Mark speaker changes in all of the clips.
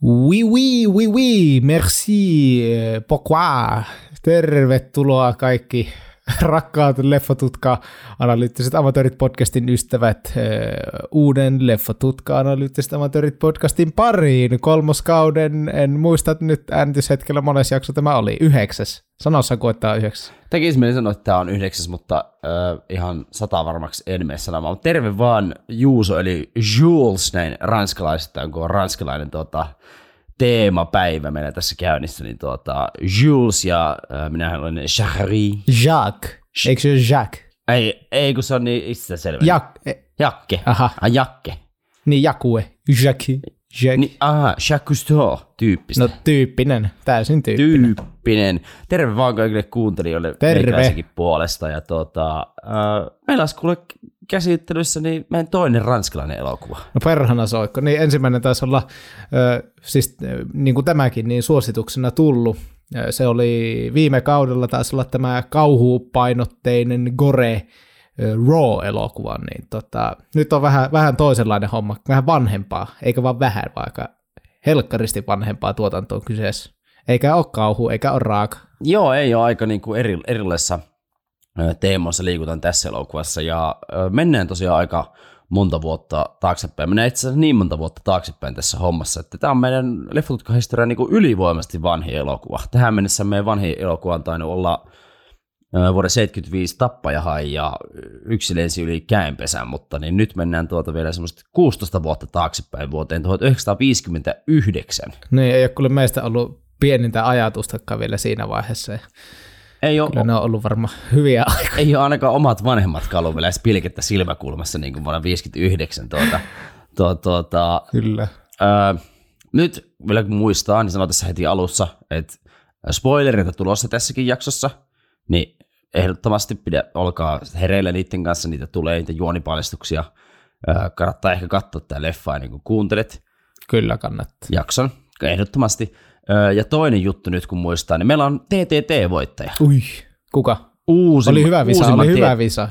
Speaker 1: Oui, merci, pourquoi? Tervetuloa kaikki rakkaat Leffatutka-analyyttiset amatöörit podcastin ystävät uuden Leffatutka-analyyttiset amatöörit podcastin pariin. Kolmoskauden, en muista nyt äänityshetkellä monessa jakso tämä oli, 9. Sanossa kuin, että on 9.
Speaker 2: Tekisi mieli sanoa, että tämä on 9, mutta ihan 100 varmaksi en mene sanomaan. Terve vaan Juuso, eli Jules, näin ranskalaisista, kun on ranskalainen teemapäivä meillä tässä käynnissä, niin Jules ja minähän olen Shahri.
Speaker 1: Jacques, eikö se ole Jacques?
Speaker 2: Ei, kun se on niin itsestäselvä. Jakke.
Speaker 1: Aha.
Speaker 2: Jakke.
Speaker 1: Niin, Jakue, Jacques.
Speaker 2: Niin, Jacques Cousteau tyyppistä.
Speaker 1: No tyyppinen, täysin tyyppinen.
Speaker 2: Terve vaan kaikille kuuntelijoille meikäläisenkin puolesta. Ja meillä olisi kuule käsittelyssä niin meidän toinen ranskalainen elokuva.
Speaker 1: No perhana soikko. Niin ensimmäinen taisi olla, siis niin kuin tämäkin, niin suosituksena tullut. Se oli viime kaudella taisi olla tämä kauhupainotteinen gore Raw-elokuva, niin nyt on vähän toisenlainen homma, vähän vanhempaa, eikä vaan vähän, vaikka helkkaristi vanhempaa tuotantoa kyseessä. Eikä ole kauhu, eikä ole raaka.
Speaker 2: Joo, ei ole aika niin kuin erilaisissa teemoissa liikutaan tässä elokuvassa, ja mennään tosiaan aika monta vuotta taaksepäin. Mennään itse asiassa niin monta vuotta taaksepäin tässä hommassa, että tämä on meidän Leffatutka-historian niin kuin ylivoimaisesti vanhin elokuva. Tähän mennessä meidän vanhin elokuva on tainnut olla vuoden 1975 Tappajahai ja Yksi lensi yli käenpesän, mutta niin nyt mennään vielä semmoista 16 vuotta taaksepäin vuoteen 1959.
Speaker 1: Niin, ei ole kyllä meistä ollut pienintä ajatustakaan vielä siinä vaiheessa.
Speaker 2: Ei ole,
Speaker 1: kyllä ne on ollut varmaan hyviä aikoja.
Speaker 2: Ei ole ainakaan omat vanhemmat ollut vielä edes pilkettä silmäkulmassa niin kuin vuonna 1959.
Speaker 1: Kyllä.
Speaker 2: Nyt vielä kun muistaa, niin sanon tässä heti alussa, että spoilereita tulossa tässäkin jaksossa, niin ehdottomasti olkaa hereillä niiden kanssa, niitä tulee, niitä juonipaljastuksia. Kannattaa ehkä katsoa tämä leffa ennen kuin kuuntelet.
Speaker 1: Kyllä kannattaa.
Speaker 2: Jakson, ehdottomasti. Ja toinen juttu nyt kun muistaa, niin meillä on TTT-voittaja.
Speaker 1: Ui, kuka? Oli hyvä visa.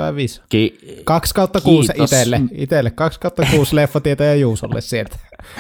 Speaker 1: 2/6 itselle. 2/6 leffatietäjä Juusolle sieltä.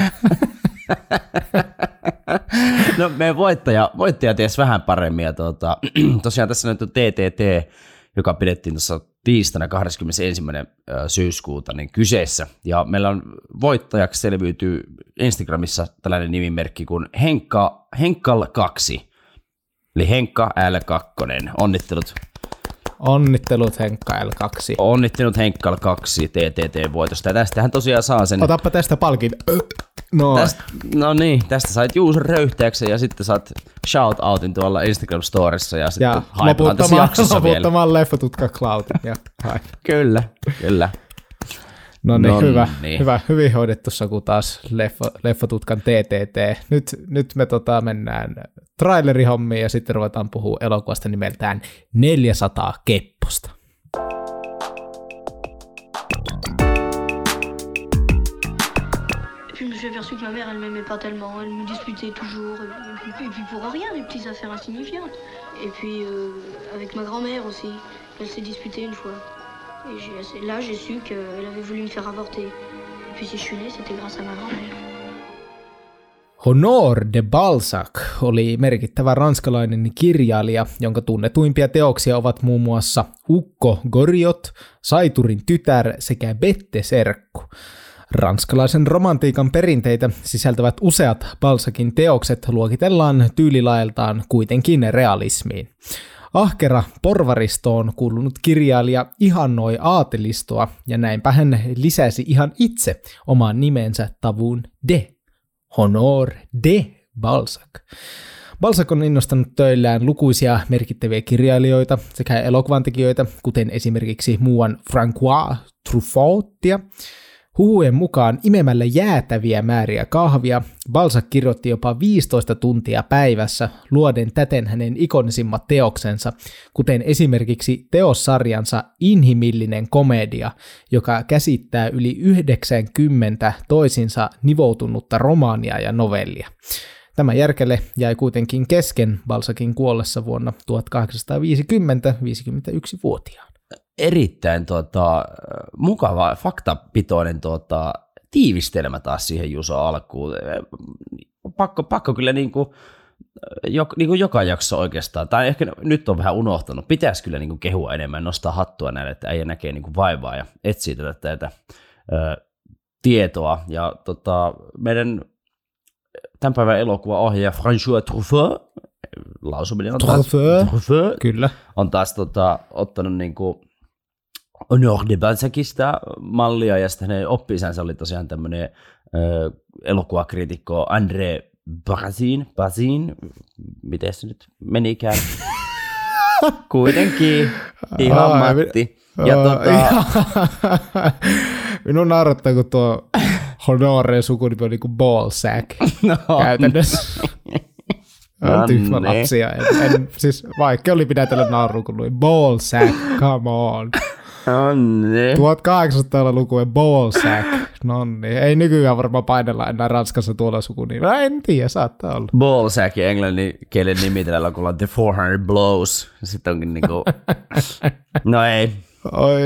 Speaker 2: No meidän voittaja ties vähän paremmin. Ja tosiaan tässä nyt on TTT, joka pidettiin tuossa tiistaina 21. syyskuuta niin kyseessä. Ja meillä on voittajaksi selviytyy Instagramissa tällainen nimimerkki kuin Henkkal2. Eli Henkka L2. Onnittelut.
Speaker 1: Onnittelut Henkka L2.
Speaker 2: Onnittelut Henkkal2 TTT-voitosta. Ja tästähän tosiaan saa sen.
Speaker 1: Otappa tästä palkin.
Speaker 2: No niin, tästä sait Juuson röyhtäyksen ja sitten saat shout-outin tuolla Instagram-storissa ja sitten haetaan tässä jaksossa vielä.
Speaker 1: Loputtamaan Leffatutka Cloudin.
Speaker 2: Kyllä.
Speaker 1: No niin, hyvä. Hyvin hoidettu Saku taas Leffatutkan TTT. Nyt me mennään trailerihommiin ja sitten ruvetaan puhua elokuvasta nimeltään 400 kepposta.
Speaker 3: Puis je me suis aperçu que ma mère, elle m'aimait pas tellement. Elle me disputait toujours. Et puis pour rien, des petites affaires insignifiantes. Et puis avec ma grand-mère aussi. Elle s'est disputée une fois. Et là, j'ai su qu'elle avait voulu me faire avorter. Et puis si je suis née, c'était grâce à ma grand-mère.
Speaker 1: Honoré de Balzac oli merkittävä ranskalainen kirjailija, jonka tunnetuimpia teoksia ovat muun muassa Ukko Goriot, Saiturin tytär sekä Bette Serkku. Ranskalaisen romantiikan perinteitä sisältävät useat Balzacin teokset luokitellaan tyylilailtaan kuitenkin realismiin. Ahkera porvaristoon kuulunut kirjailija ihannoi aatelistoa ja näinpä hän lisäsi ihan itse omaan nimensä tavuun de. Honoré de Balzac. Balzac on innostanut töillään lukuisia merkittäviä kirjailijoita sekä elokuvantekijöitä, kuten esimerkiksi muuan François Truffautia. Huhujen mukaan imemällä jäätäviä määriä kahvia Balzac kirjoitti jopa 15 tuntia päivässä luoden täten hänen ikonisimmat teoksensa, kuten esimerkiksi teossarjansa Inhimillinen komedia, joka käsittää yli 90 toisinsa nivoutunutta romaania ja novellia. Tämä järkele jäi kuitenkin kesken Balzacin kuollessa vuonna 1850 51-vuotiaana.
Speaker 2: Erittäin mukava, faktapitoinen tiivistelmä taas siihen Juso alkuun. Pakko kyllä niinku joka jakso oikeastaan, tai ehkä nyt on vähän unohtanut, pitäisi kyllä niinku kehua enemmän, nostaa hattua näille, että äijä näkee niinku vaivaa ja etsii tätä tietoa. Ja meidän tämän päivän elokuvaohjaaja François Truffaut, lausuminen on taas Truffaut,
Speaker 1: kyllä.
Speaker 2: On taas ottanut niinku Honor de Balzacista mallia, ja sitten hänen oppi-isänsä oli tosiaan tämmöinen elokuvakriitikko André Bazin, miten se nyt menikään? Kuitenkin, ihan Matti. Ja
Speaker 1: minun naurattaa, kun tuo Honoreen sukunimi on niinku ballsack käytännössä. On tyhmä lapsia. Siis vaikka oli pidätellä naurun, kun luin ballsack, come on. 1800-lukuen ballsack. Nonni. Ei nykyään varmaan painella enää Ranskassa tuolla sukunimellä. En tiedä, saattaa olla.
Speaker 2: Ballsack ja englanninkielen nimi tällä kun on The 400 Blows. Sitten onkin niinku... No ei.
Speaker 1: Oi.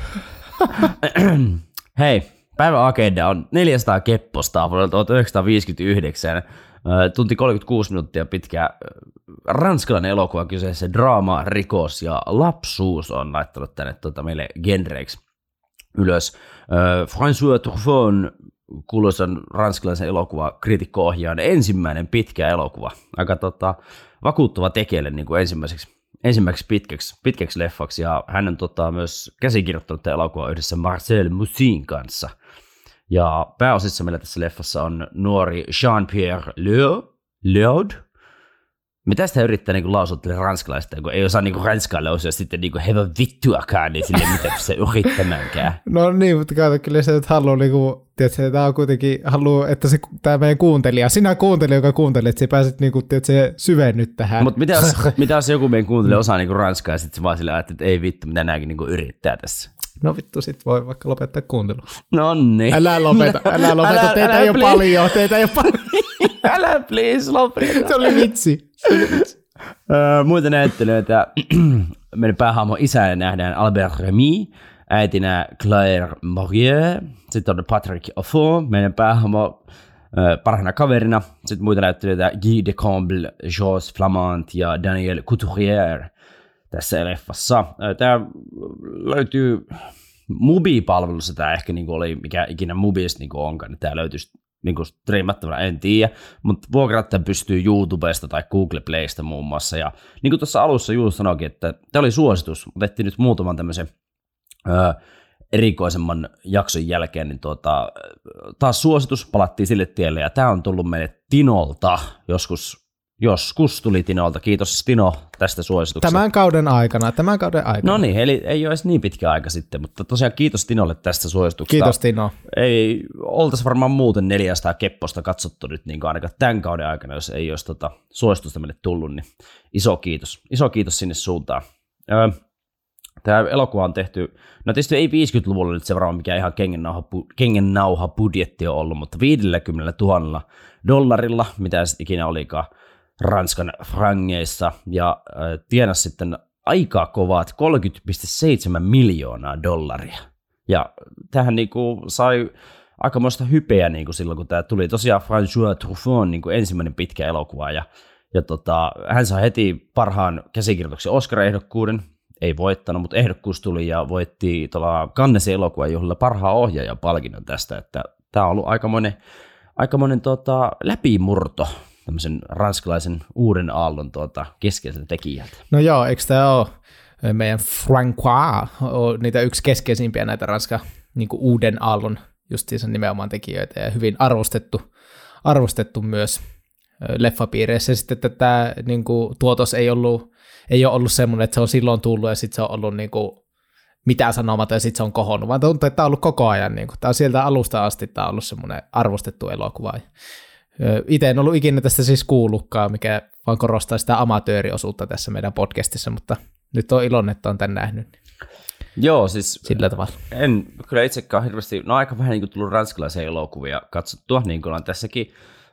Speaker 2: Hei, päivän agenda on 400 kepposta vuodelta 1959. Tunti 36 minuuttia pitkä ranskalainen elokuva kyseessä, draama, rikos ja lapsuus on laittanut tänne meille genreiksi ylös. François Truffaut, kuuluisan ranskalaisen elokuvakriitikko-ohjaajan ensimmäinen pitkä elokuva. Aika vakuuttava tekijälle niin kuin ensimmäiseksi pitkäksi leffaksi, ja hän on myös käsikirjoittanut tämän elokuvan yhdessä Marcel Moussin kanssa. Ja pääosissa meillä tässä leffassa on nuori Jean-Pierre Léaud. Mitä sitä yrittää niin lausua tälle ranskalaista, kun ei osaa niin ranskaa lausua sitten niin hevä vittuakaan, niin sille mitä se yrittämäänkään.
Speaker 1: No niin, mutta kato, kyllä se nyt haluaa, niin tiedätkö, tämä on kuitenkin, haluaa, että tämä meidän kuuntelija, sinä kuuntelija, joka kuuntelee, että sä pääset niin kuin, tiedätkö, syvennyt tähän.
Speaker 2: Mutta mitä jos joku meidän kuuntelija osaa niin ranskaa, ja sitten se vaan sille ajattelee, että ei vittu, mitä nääkin niin yrittää tässä.
Speaker 1: No vittu, sit voi vaikka lopettaa kuuntelua.
Speaker 2: No niin.
Speaker 1: Älä lopeta, teitä ei ole paljon.
Speaker 2: Älä please, lopeta.
Speaker 1: Se oli vitsi.
Speaker 2: Muita näyttelijöitä. Meidän päähahmo isänä nähdään Albert Remy, äitinä Claire Maurier, sitten on Patrick Offo, meidän päähahmo parhaana kaverina, sitten muita näyttelijöitä Guy Decamble, Jos Flamand ja Daniel Couturier tässä leffassa. Tämä löytyy Mubi-palvelussa, tämä ehkä niin oli mikä ikinä Mubista niin onkaan, niin tämä löytyisi niin striimattavana, en tiedä, mutta vuokratta pystyy YouTubesta tai Google Playsta muun muassa. Ja niin kuin tuossa alussa Juus sanoikin, että tämä oli suositus, mutta otettiin nyt muutaman tämmöisen erikoisemman jakson jälkeen, niin taas suositus, palattiin sille tielle, ja tämä on tullut meille Tinolta joskus tuli Tinolta. Kiitos Tino tästä suosituksesta. Tämän kauden aikana. No niin, eli ei ole edes niin pitkä aika sitten, mutta tosiaan kiitos Tinolle tästä suosituksesta.
Speaker 1: Kiitos Tino.
Speaker 2: Ei oltaisi varmaan muuten 400 kepposta katsottu nyt niin ainakaan tämän kauden aikana, jos ei olisi suositusta meille tullut, niin iso kiitos. Iso kiitos sinne suuntaan. Tämä elokuva on tehty, no tietysti ei 50-luvulla nyt se varmaan mikä ihan kengennauha budjetti on ollut, mutta $50,000, mitä se ikinä olikaan, Ranskan frangeissa, ja tienasi sitten aika kovat $30.7 miljoonaa. Ja tähän niinku sai aikamoista hypeä niinku silloin, kun tämä tuli. Tosiaan François Truffaut niinku ensimmäinen pitkä elokuva, ja hän sai heti parhaan käsikirjoituksen Oscar-ehdokkuuden. Ei voittanut, mutta ehdokkuus tuli ja voitti Cannesin elokuvan juhlilla parhaan ohjaajan palkinnon tästä, että tämä on ollut aikamoinen läpimurto tämmöisen ranskalaisen uuden aallon keskeiseltä tekijältä.
Speaker 1: No joo, eikö tämä ole meidän François, niitä yksi keskeisimpiä näitä Ranskan niin kuin uuden aallon justiinsa nimenomaan tekijöitä, ja hyvin arvostettu myös leffapiireissä. Sitten että tämä niin kuin, tuotos ei ole ollut semmoinen, että se on silloin tullut ja sitten se on ollut niin kuin, mitään sanomatta ja sitten se on kohonnut, vaan tuntuu, että tämä on ollut koko ajan. Niin kuin, tämä on sieltä alusta asti tämä on ollut semmoinen arvostettu elokuva. Itse en ollut ikinä tästä siis kuullutkaan, mikä vaan korostaa sitä amatööriosuutta tässä meidän podcastissa, mutta nyt on iloinen, että on tämän nähnyt.
Speaker 2: Joo, siis
Speaker 1: sillä tavalla.
Speaker 2: En kyllä itsekään hirveästi, no aika vähän niin kuin tullut ranskalaisia elokuvia katsottua, niin kuin on tässäkin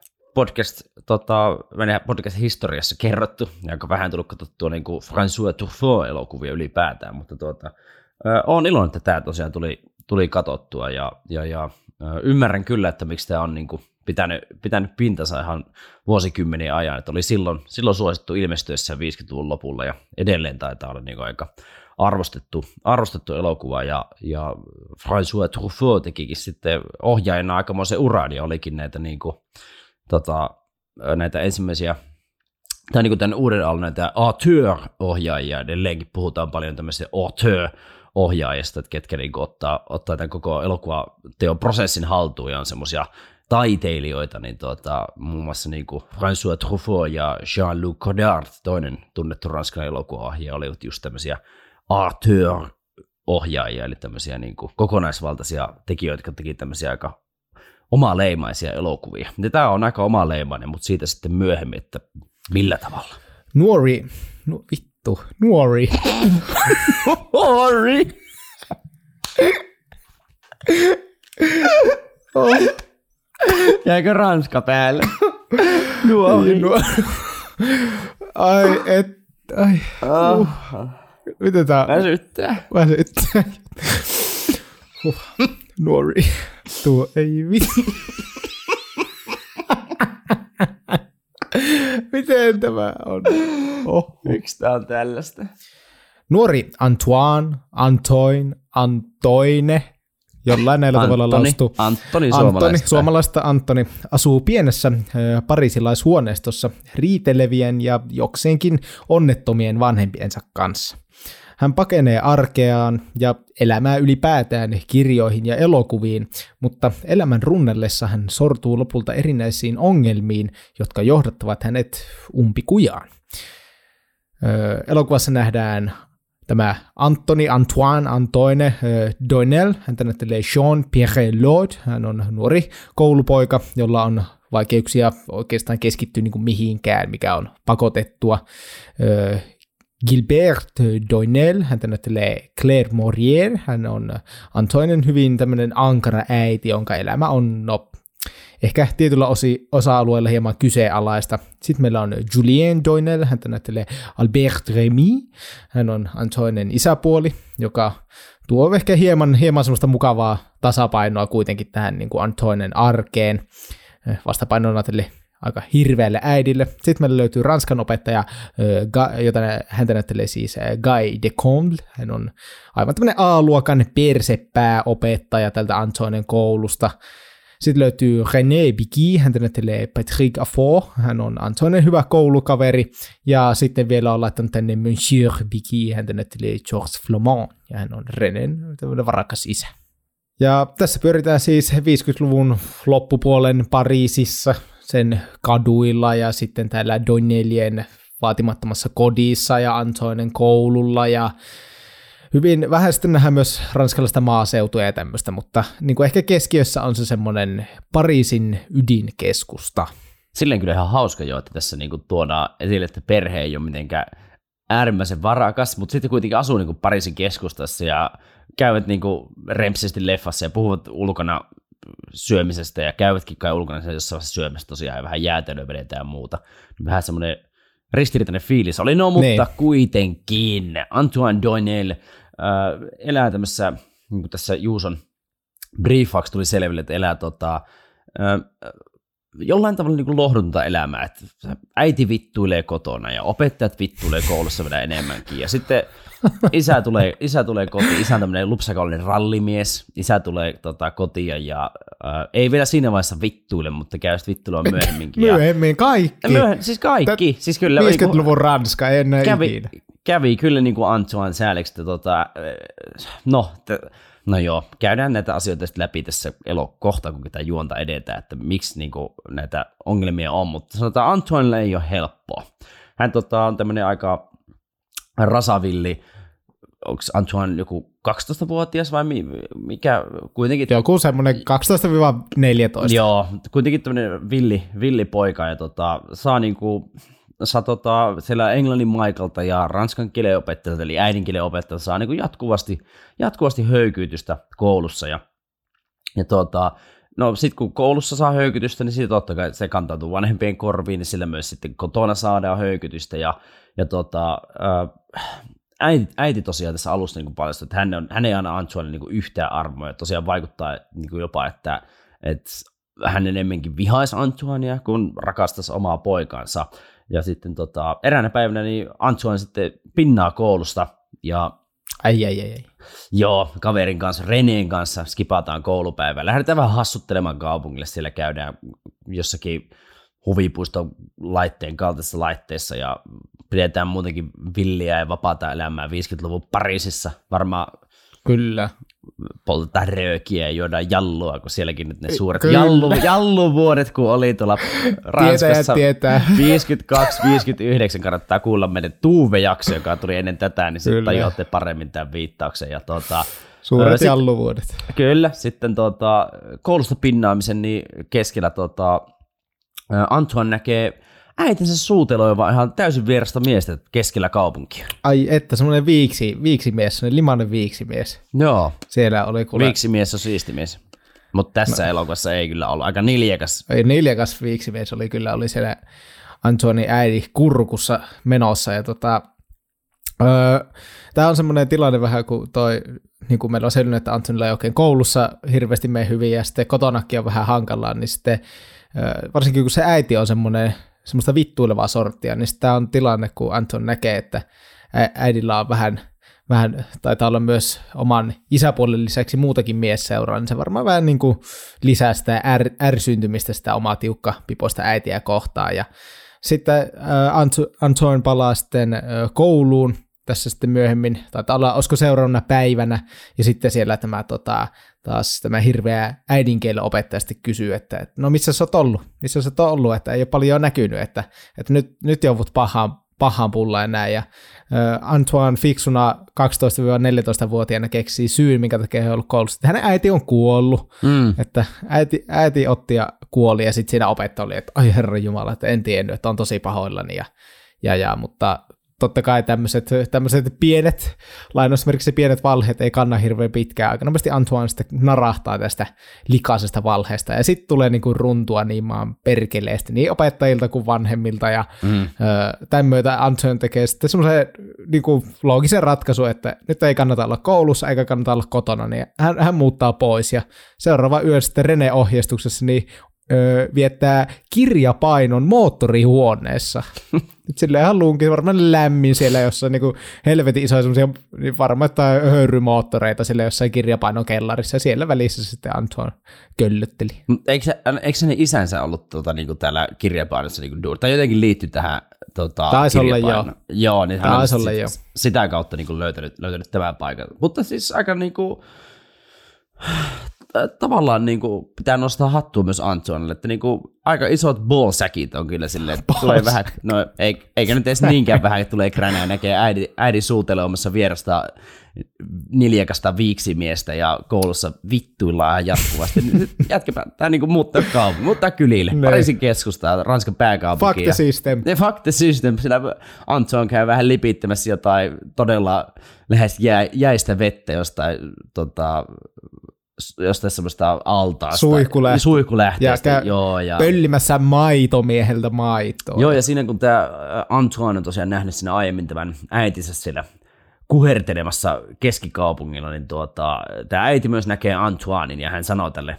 Speaker 2: meidän podcast-historiassa kerrottu, ja aika vähän tullut katsottua niin kuin François Truffaut-elokuvia ylipäätään, mutta olen iloinen, että tämä tosiaan tuli katsottua, ja ymmärrän kyllä, että miksi tämä on niin kuin pitänyt pintansa ihan vuosikymmeniä ajan, että oli silloin suosittu ilmestyessä 50-luvun lopulla ja edelleen taitaa olla niin kuin aika arvostettu elokuva ja François Truffaut tekikin sitten ohjaajana aikamoisen uran ja olikin näitä, niin kuin, näitä ensimmäisiä tai niin kuin tämän uuden alla näitä auteur-ohjaajia, edelleenkin puhutaan paljon tämmöisiä auteur-ohjaajista, että ketkä niin kuin ottaa tämän koko elokuvateon prosessin haltuun ja on semmoisia taiteilijoita, niin muun muassa niin kuin François Truffaut ja Jean-Luc Godard, toinen tunnettu ranskalainen elokuvaohjaaja, olivat just tämmöisiä auteur-ohjaajia, eli tämmöisiä niin kuin kokonaisvaltaisia tekijöitä, jotka teki tämmöisiä aika omaleimaisia elokuvia. Ja tämä on aika omaleimainen, mutta siitä sitten myöhemmin, että millä tavalla?
Speaker 1: Nuori. Nuori.
Speaker 2: Jäikö ranska päälle?
Speaker 1: Nuori. Miten tää?
Speaker 2: Väsyttää.
Speaker 1: Nuori. Tuo ei vittu. Miten tämä on?
Speaker 2: Miksi tää on tällaista?
Speaker 1: Nuori Antoine, jollain näillä tavalla laustu.
Speaker 2: Antoni
Speaker 1: suomalaista Antoni asuu pienessä parisilaishuoneistossa riitelevien ja jokseenkin onnettomien vanhempiensa kanssa. Hän pakenee arkeaan ja elämää ylipäätään kirjoihin ja elokuviin, mutta elämän runnellessa hän sortuu lopulta erinäisiin ongelmiin, jotka johdattavat hänet umpikujaan. Elokuvassa nähdään tämä Antoine Doinel, häntä näyttelee Jean-Pierre Lord, hän on nuori koulupoika, jolla on vaikeuksia oikeastaan keskittyä niin kuin mihinkään, mikä on pakotettua. Gilbert Doinel, häntä näyttelee Claire Morier, hän on Antoinen hyvin tämmöinen ankara äiti, jonka elämä on ehkä tietyllä osa-alueella hieman kyseenalaista. Sitten meillä on Julien Doinel, häntä näyttelee Albert Remy, hän on Antoinen isäpuoli, joka tuo ehkä hieman semmoista mukavaa tasapainoa kuitenkin tähän niin kuin Antoinen arkeen, vastapainona tälle aika hirveälle äidille. Sitten meillä löytyy ranskan opettaja, jota häntä näyttelee siis Guy Decomble. Hän on aivan tämmöinen A-luokan persepääopettaja tältä Antoinen koulusta. Sitten löytyy René Bigui, häntä näyttelee Patrick Affort. Hän on Antoinen hyvä koulukaveri. Ja sitten vielä on laittanut tänne Monsieur Bigui, häntä näyttelee Georges Flamand. Ja hän on Renén tämmöinen varakas isä. Ja tässä pyöritään siis 50-luvun loppupuolen Pariisissa, sen kaduilla ja sitten täällä Doinelien vaatimattomassa kodissa ja Antoinen koululla ja hyvin vähän sitten nähdään myös ranskalaista maaseutua ja tämmöistä, mutta niin kuin ehkä keskiössä on se semmoinen Pariisin ydinkeskusta.
Speaker 2: Silleen kyllä ihan hauska jo, että tässä niin kuin tuodaan esille, että perhe ei ole mitenkään äärimmäisen varakas, mutta sitten kuitenkin asuu niin kuin Pariisin keskustassa ja käyvät niin kuin rempsisesti leffassa ja puhuvat ulkona syömisestä ja käyvätkin kai ulkona jossain vaiheessa syömässä tosiaan ja vähän jäätelöä vedetään ja muuta. Vähän semmoinen ristiriitainen fiilis oli, mutta kuitenkin Antoine Doinel elää tämmössä, niin kuin tässä Juuson briefaksi tuli selville, että elää jollain tavalla niin kuin lohdutonta elämää, että äiti vittuilee kotona ja opettajat vittuilee koulussa vielä enemmänkin ja sitten isä tulee kotiin, isä on tämmöinen lupsakallinen rallimies, isä tulee kotiin ja ei vielä siinä vaiheessa vittuile, mutta käy sitten vittuilua myöhemminkin.
Speaker 1: Myöhemmin kaikki.
Speaker 2: Siis kaikki. Siis kyllä,
Speaker 1: 50-luvun Ranska, ennen ikinä.
Speaker 2: Kävi kyllä niin kuin Antoine sääliksi, no joo, käydään näitä asioita sitten läpi tässä kohta, kun tämä juonta edetään, että miksi niin kuin näitä ongelmia on, mutta sanotaan Antoinelle ei ole helppoa. Hän on tämmöinen aika rasavilli, onko Antoine joku 12-vuotias vai mikä kuitenkin?
Speaker 1: Joku semmoinen 12-14.
Speaker 2: Joo, kuitenkin tämmöinen villi poika ja saa niinku siellä englannin Maikalta ja ranskan kielen opettajalta, eli äidinkielen opettajalta saa niinku jatkuvasti höykyytystä koulussa ja no sitten kun koulussa saa höykytystä, niin siitä totta kai se kantautuu vanhempien korviin, niin sillä myös sitten kotona saadaan höykytystä ja äiti tosiaan tässä alussa niin paljastui, että hän ei anna Antoinelle niin yhtään armoa, ja tosiaan vaikuttaa niin jopa, että hän enemmänkin vihaisi Antoinea, kun rakastaisi omaa poikaansa. Ja sitten eräänä päivänä niin Antoine sitten pinnaa koulusta, ja
Speaker 1: Ai.
Speaker 2: joo, kaverin kanssa, Reneen kanssa skipataan koulupäivää. Lähdetään vähän hassuttelemaan kaupungille, siellä käydään jossakin huvipuiston laitteen kaltaisessa laitteessa ja pidetään muutenkin villiä ja vapaata elämää 50-luvun Pariisissa. Varmaan
Speaker 1: kyllä.
Speaker 2: Poltetaan röökiä ja juodaan jallua, kun sielläkin nyt ne suuret jalluvuodet, kun oli tuolla Ranskassa.
Speaker 1: Tietää.
Speaker 2: 52-59 kannattaa kuulla meidän Tuve-jakso, joka tuli ennen tätä, niin sitten tajuatte paremmin tämän viittauksen. Ja
Speaker 1: suuret jalluvuodet.
Speaker 2: Kyllä, sitten koulusta pinnaamisen niin keskellä Antoine näkee äitinsä suuteloiva ihan täysin vierasta miestä keskellä kaupunkia.
Speaker 1: Ai että, semmoinen viiksimies, semmoinen limainen viiksimies.
Speaker 2: Joo.
Speaker 1: Siellä oli kuule.
Speaker 2: Viiksimies on siisti mies. Mutta tässä elokuvassa ei kyllä ollut. Aika niljakas.
Speaker 1: Niljakas viiksimies oli siellä Antoinin äidin kurkussa menossa. Ja tämä on semmoinen tilanne vähän kuin niin kuin meillä on selvinnyt, että Antonilla ei oikein koulussa hirveästi mene hyvin ja sitten kotonakin on vähän hankalaa, niin sitten varsinkin kun se äiti on semmoista vittuilevaa sorttia, niin tämä on tilanne, kun Anton näkee, että äidillä on vähän taitaa olla myös oman isäpuolen lisäksi muutakin miesseuraa, niin se varmaan vähän niin kuin lisää sitä ärsyntymistä sitä omaa tiukkapipoista äitiä kohtaan. Ja sitten Antoine palaa sitten kouluun tässä sitten myöhemmin, taitaa olla, olisiko seuraavana päivänä, ja sitten siellä taas tämä hirveä äidinkielen opettaja sitten kysyy, että no missä sä oot ollut, että ei ole paljon näkynyt, että nyt joudut pahaan pullaan ja näin, ja Antoine fiksuna 12-14-vuotiaana keksii syyn, minkä takia hän on ollut koulussa, että hänen äiti on kuollut, että äiti otti ja kuoli, ja sitten siinä opettaja oli, että ai herra jumala, että en tiennyt, että on tosi pahoillani, mutta totta kai tämmöiset pienet, lainausmerkiksi pienet valheet ei kanna hirveän pitkään. Aika nopeasti Antoine sitten narahtaa tästä likaisesta valheesta, ja sitten tulee niinku runtua niin maan perkeleesti niin opettajilta kuin vanhemmilta, ja tämän myötä Antoine tekee sitten semmoisen niinku loogisen ratkaisun, että nyt ei kannata olla koulussa eikä kannata olla kotona, niin hän muuttaa pois, ja seuraava yö sitten Rene-ohjeistuksessa niin viettää kirjapainon moottorihuoneessa. Nyt silleen ihan luunkin varmaan lämmin siellä jossain niin helvetin isoja semmoisia varmaan jotain höyrymoottoreita siellä jossain kirjapainon kellarissa, ja siellä välissä sitten Antoine köllötteli.
Speaker 2: Eikö se isänsä ollut niinku täällä kirjapainossa niinku duuri? Tai jotenkin liittyy tähän
Speaker 1: taisi olla jo.
Speaker 2: Joo, niin hän on sitä kautta niinku löytänyt tämän paikan. Mutta siis aika niinku tavallaan niinku pitää nostaa hattua myös Antoinelle, että niinku aika isot ballsäkit on kyllä silleen, että tulee vähän, no eikä nyt edes niinkään vähän, että tulee kränää ja näkee äidin suuteleomassa vierasta niljakasta viiksimiestä ja koulussa vittuillaan jatkuvasti. Tää niinku muuttaa kylille. Pariisin keskustaa, Ranskan pääkaupunki. Fuck the system. Sillä Antoine käy vähän lipittämässä jotain todella lähes jäistä vettä jostain semmoista altaasta. Suihkulähteestä. Ja
Speaker 1: pöllimässä maitomieheltä maitoa.
Speaker 2: Joo, ja siinä kun tämä Antoine on tosiaan nähnyt siinä aiemmin tämän äitinsä siellä kuhertelemassa keskikaupungilla, niin tämä äiti myös näkee Antoinin, ja hän sanoo tälle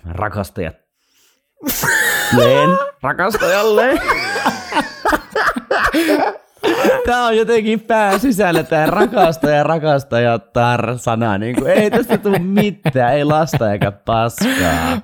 Speaker 2: rakastajalleen. Tämä on jotenkin pää sisällä, tämä rakastaja-sana. Niin kuin, ei tästä tule mitään, ei lasta eikä paskaa.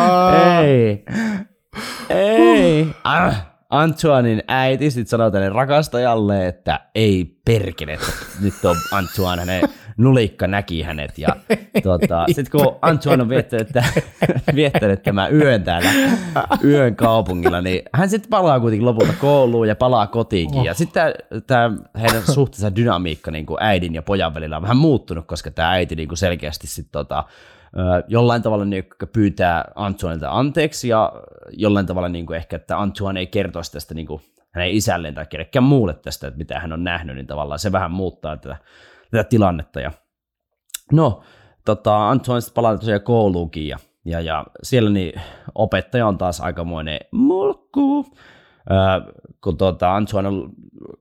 Speaker 2: Ei. Antoinin äiti sitten sanoo tälle rakastajalle, että ei perkele, että nyt on Antoine, hänen nulikka näki hänet. Ja sitten kun Antoine on viettänyt tämän yön täällä yön kaupungilla, niin hän sitten palaa kuitenkin lopulta kouluun ja palaa kotiinkin. Ja sitten tämä heidän suhteensa dynamiikka niin kuin äidin ja pojan välillä on vähän muuttunut, koska tämä äiti niin kuin selkeästi sitten jollain tavalla niin pyytää Antoinelta anteeksi, ja jollain tavalla niin ehkä, että Antoine ei kertoisi tästä niin hänen isälleen tai kenellekään muulle tästä, että mitä hän on nähnyt, niin tavallaan se vähän muuttaa tätä tilannetta. Ja no, Antoine sitten palaa tosiaan kouluunkin, ja siellä niin opettaja on taas aikamoinen mulkku, kun Antoine on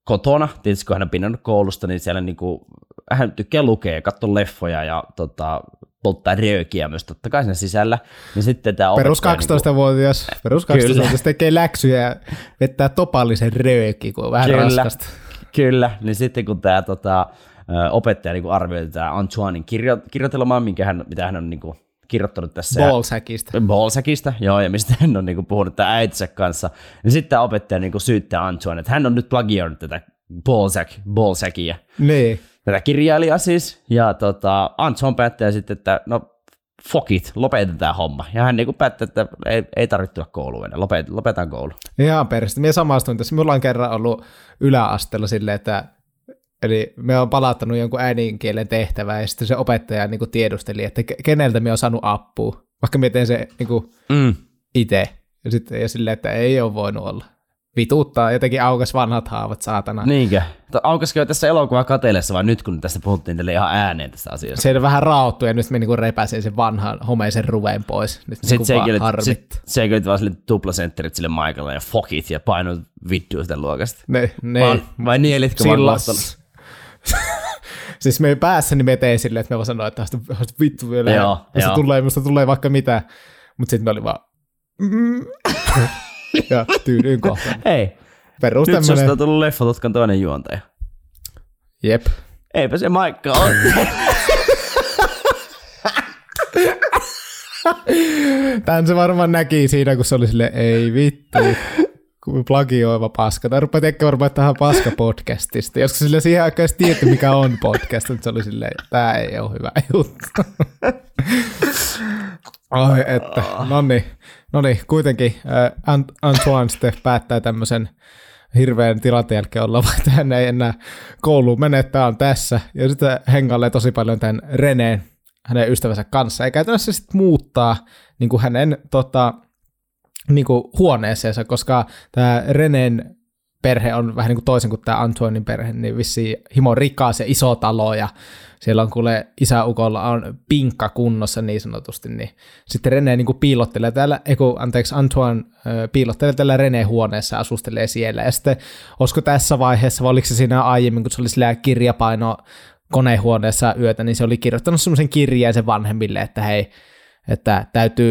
Speaker 2: kotona, tietysti kun hän on pinnannut koulusta, niin siellä niinku, hän tykkää lukea ja katsoa leffoja ja polttaa röökiä myös totta kai siinä sisällä. Niin sitten tämä
Speaker 1: perus 12-vuotias, perus 12-vuotias tekee läksyjä ja vettää topallisen rööki, kun on vähän raskasta.
Speaker 2: Kyllä, niin sitten kun tämä opettaja niinku arvioi tätä Antoinin kirjoitelmaa, mitä hän on niinku kirjoittanut tässä. Balzacista, joo, ja mistä hän on niinku puhunut tämän äitinsä kanssa. Niin sitten tämä opettaja niinku syyttää Antoine, että hän on nyt plagioinut tätä Balzacia.
Speaker 1: Niin.
Speaker 2: Tätä kirjailijaa siis. Ja Antoine päättää sitten, että no fuck it, lopetetaan tämä homma. Ja hän niinku päättää, että ei tarvitse tulla kouluun enää, lopetetaan koulu.
Speaker 1: Ihan peristä. Minä samastuin tässä. Minulla on kerran ollut yläasteella silleen, että eli me on palauttanut jonkun äidinkielen tehtävää, ja sitten se opettaja niin kuin tiedusteli, että keneltä me on saanut apua, vaikka me teen se niin kuin itse. Ja silleen, että ei ole voinut olla. Vituuttaa, jotenkin aukas vanhat haavat, saatana.
Speaker 2: Niinkö? Aukasko jo tässä elokuva kateellessa, vai nyt kun tästä puhuttiin teille ihan ääneen tästä asiasta?
Speaker 1: Se vähän raottu, ja nyt me niinku repäsin sen vanhan homeisen ruveen pois. Nyt
Speaker 2: sitten se kyllä vaan sille tuplasentterit sille Michaelille, ja fuck it, ja painoi vittua sitä luokasta. Vai nielitkö vaan lohtalla?
Speaker 1: Siis me päässä niin me tein silleen, että me vaan sanoin, että vittu vielä, musta tulee vaikka mitä, mutta sitten me oli vaan ja tyydyin kohtaan.
Speaker 2: Hei, nyt susta on tullut Leffotutkan toinen juontaja.
Speaker 1: Jep.
Speaker 2: Eipä se Maikka ole.
Speaker 1: Tän se varmaan näki siinä, kun se oli silleen, ei vittu, kun plagioiva paska. Tai rupeaa tekemään varmaan tähän paska-podcastista. Joskus silleen siihen aikaan edes tietty, mikä on podcast, mutta se oli silleen, tää ei ole hyvä juttu. Oi, että, noniin, kuitenkin Antoine sitten päättää tämmöisen hirveän tilanteen jälkeen olla, vaikka hän ei enää kouluun mene, että tämä on tässä. Ja sitten hengailee tosi paljon tämän Reneen, hänen ystävänsä kanssa. Ja käytännössä sitten muuttaa niin kuin hänen niin kuin huoneeseensa, koska tämä Reneen perhe on vähän niin kuin toisin kuin tämä Antoinin perhe, niin vissiin himo rikas ja iso talo, ja siellä on kuule isäukolla on pinkka kunnossa niin sanotusti, niin sitten René niin kuin piilottelee täällä, Antoine piilottelee täällä Reneen huoneessa, asustelee siellä, ja sitten olisiko tässä vaiheessa, vai oliko se siinä aiemmin, kun se oli sillä kirjapaino konehuoneessa yötä, niin se oli kirjoittanut semmoisen kirjeen sen vanhemmille, että hei, että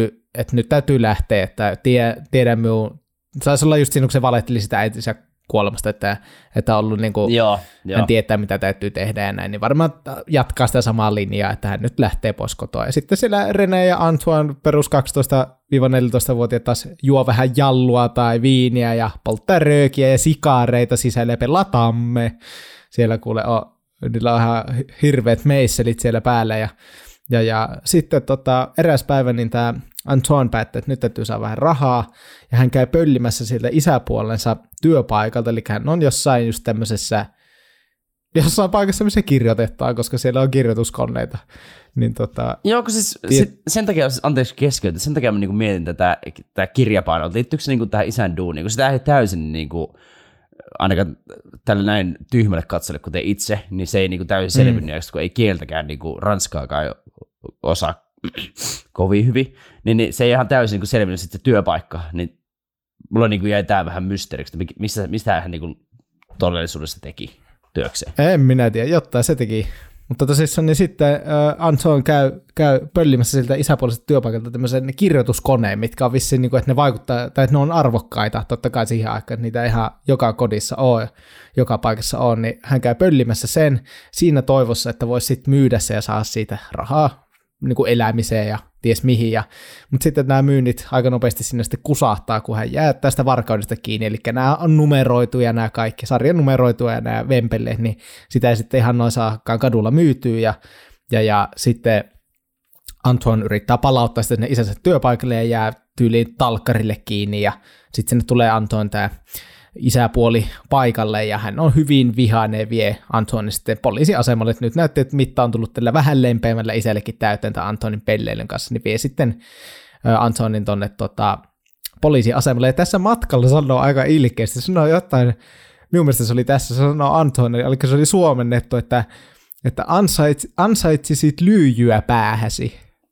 Speaker 1: nyt täytyy lähteä, että tiedän minun, saisi olla just siinä, kun se valehteli sitä äitinsä kuolemasta, että on ollut niin kuin, hän tietää, mitä täytyy tehdä ja näin, niin varmaan jatkaa sitä samaa linjaa, että hän nyt lähtee pois kotoa. Ja sitten siellä René ja Antoine perus 12-14-vuotiaat taas juo vähän jallua tai viiniä ja polttaa röökiä ja sikaareita sisälle ja pelatamme. Siellä kuule niillä on ihan hirveät meisselit siellä päällä ja sitten eräs päivä niin tämä Antoine päättää, että nyt täytyy saada vähän rahaa, ja hän käy pöllimässä siltä isäpuolensa työpaikalta, eli hän on jossain just tämmöisessä, jossain paikassa, missä kirjoitetaan, koska siellä on kirjoituskoneita. Niin
Speaker 2: joo, kun siis sen takia, anteeksi keskeytä, sen takia mä niinku mietin tätä kirjapainoa, liittyykö se niinku tähän isän duuniin, kun sitä ei täysin niinku, ainakaan tälle näin tyhmälle katsolle, kuten itse, niin se ei niinku täysin selvinnyt, kun ei kieltäkään niinku ranskaakaan osaa kovin hyvin, niin se ei ihan täysin niin selvinnyt sitten se työpaikka, niin mulla niin jäi tää vähän mysteeriksi, mistä hän niin todellisuudessa teki työkseen.
Speaker 1: En minä tiedä, jotain se teki, mutta tosissaan niin sitten Antoine käy pöllimässä siltä isäpuoliselta työpaikalta tämmöisen kirjoituskoneen, mitkä on vissiin, niin kuin, että ne vaikuttaa, tai että ne on arvokkaita, totta kai siihen aikaan, että niitä ihan joka kodissa on, joka paikassa on, niin hän käy pöllimässä sen siinä toivossa, että voisi sitten myydä se ja saada siitä rahaa niin kuin elämiseen ja ties mihin. Mutta sitten nämä myynnit aika nopeasti sinne sitten kusahtaa, kun hän jää tästä varkaudesta kiinni. Eli nämä on numeroituja, nämä kaikki sarjan numeroituja ja nämä vempeleet, niin sitä ei sitten ihan noin saakaan kadulla myytyä. Ja sitten Antoine yrittää palauttaa sitten isänsä työpaikalle ja jää tyyliin talkkarille kiinni. Ja sitten sinne tulee Antoine tämä isäpuoli paikalle, ja hän on hyvin vihainen ja vie Antoine sitten poliisiasemalle. Nyt näytti, että mitta on tullut tällä vähän lempeämmällä isällekin täyteen tämän Antoinin pelleilyn kanssa, niin vie sitten Antoinin tuonne poliisiasemalle. Ja tässä matkalla sanoo aika ilkeästi, sanoo jotain, minun mielestä se oli tässä, sanoo Antoine, eli se oli suomennettu, että ansaitsisit lyijyä päähäsi.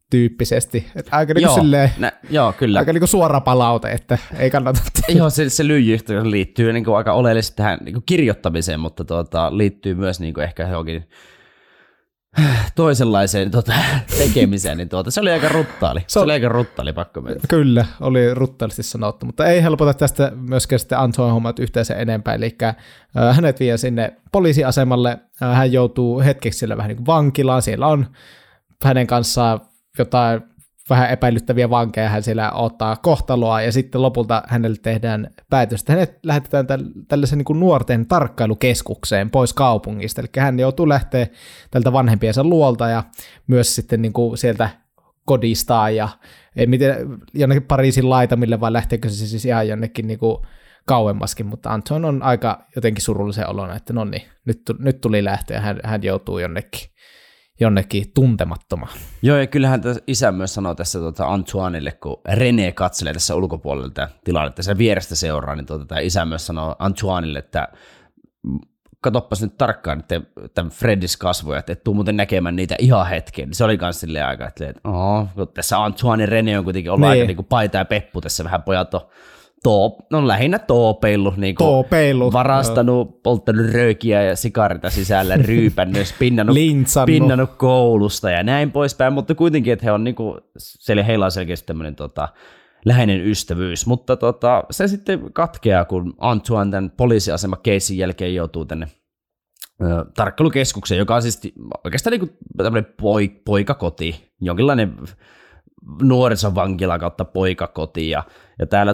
Speaker 1: tyyppisesti. Että aika niin kuin silleen,
Speaker 2: joo, kyllä.
Speaker 1: Aika niin kuin suora palaute, että ei kannata.
Speaker 2: Joo, se lyijyyhtö liittyy niin kuin aika oleellisesti tähän niin kuin kirjoittamiseen, mutta liittyy myös niin kuin ehkä johonkin toisenlaiseen tekemiseen, niin se oli aika ruttaali. Se oli aika ruttaali, pakko mennä.
Speaker 1: Kyllä, oli ruttaalisti sanottu, mutta ei helpota tästä myöskään sitten Antoine hommat yhteensä enempää, eli hänet vie sinne poliisiasemalle, hän joutuu hetkeksi siellä vähän niin kuin vankilaan, siellä on hänen kanssaan jotain vähän epäilyttäviä vankeja, hän siellä ottaa kohtaloa, ja sitten lopulta hänelle tehdään päätös, että hänet lähetetään tällaisen niin kuin nuorten tarkkailukeskukseen pois kaupungista, eli hän joutuu lähteä tältä vanhempiensa luolta, ja myös sitten niin kuin sieltä kodistaan, ja ei miten jonnekin Pariisin laitamille, vai lähteekö se siis ihan jonnekin niin kuin kauemmaskin, mutta Antoine on aika jotenkin surullisen olona, että no niin, nyt tuli lähtö, ja hän joutuu jonnekin tuntemattomaan. Joo,
Speaker 2: ja kyllähän isä myös sanoo tässä Antoinelle, kun René katselee tässä ulkopuolelta tätä tilannetta, sen vierestä seuraa, niin tämä isä myös sanoo Antoinelle, että katoppas nyt tarkkaan tämän Freddis kasvoja, että et tuu muuten näkemään niitä ihan hetken. Se oli myös silleen aika, että tässä Antoine ja René on kuitenkin ollut aika niin kuin paita ja peppu tässä vähän pojat on lähinnä toopeillut, niin varastanut, polttanut röökiä ja sikarita sisällä, ryypännyt, pinnannut koulusta ja näin poispäin, mutta kuitenkin, että he on niinku, heillä on selkeästi tämmöinen läheinen ystävyys, mutta se sitten katkeaa, kun Antoine tämän poliisiasema-keissin jälkeen joutuu tänne tarkkailukeskukseen, joka on siis oikeastaan niinku tämmöinen poikakoti, jonkinlainen nuorisovankila kautta poikakoti, ja täällä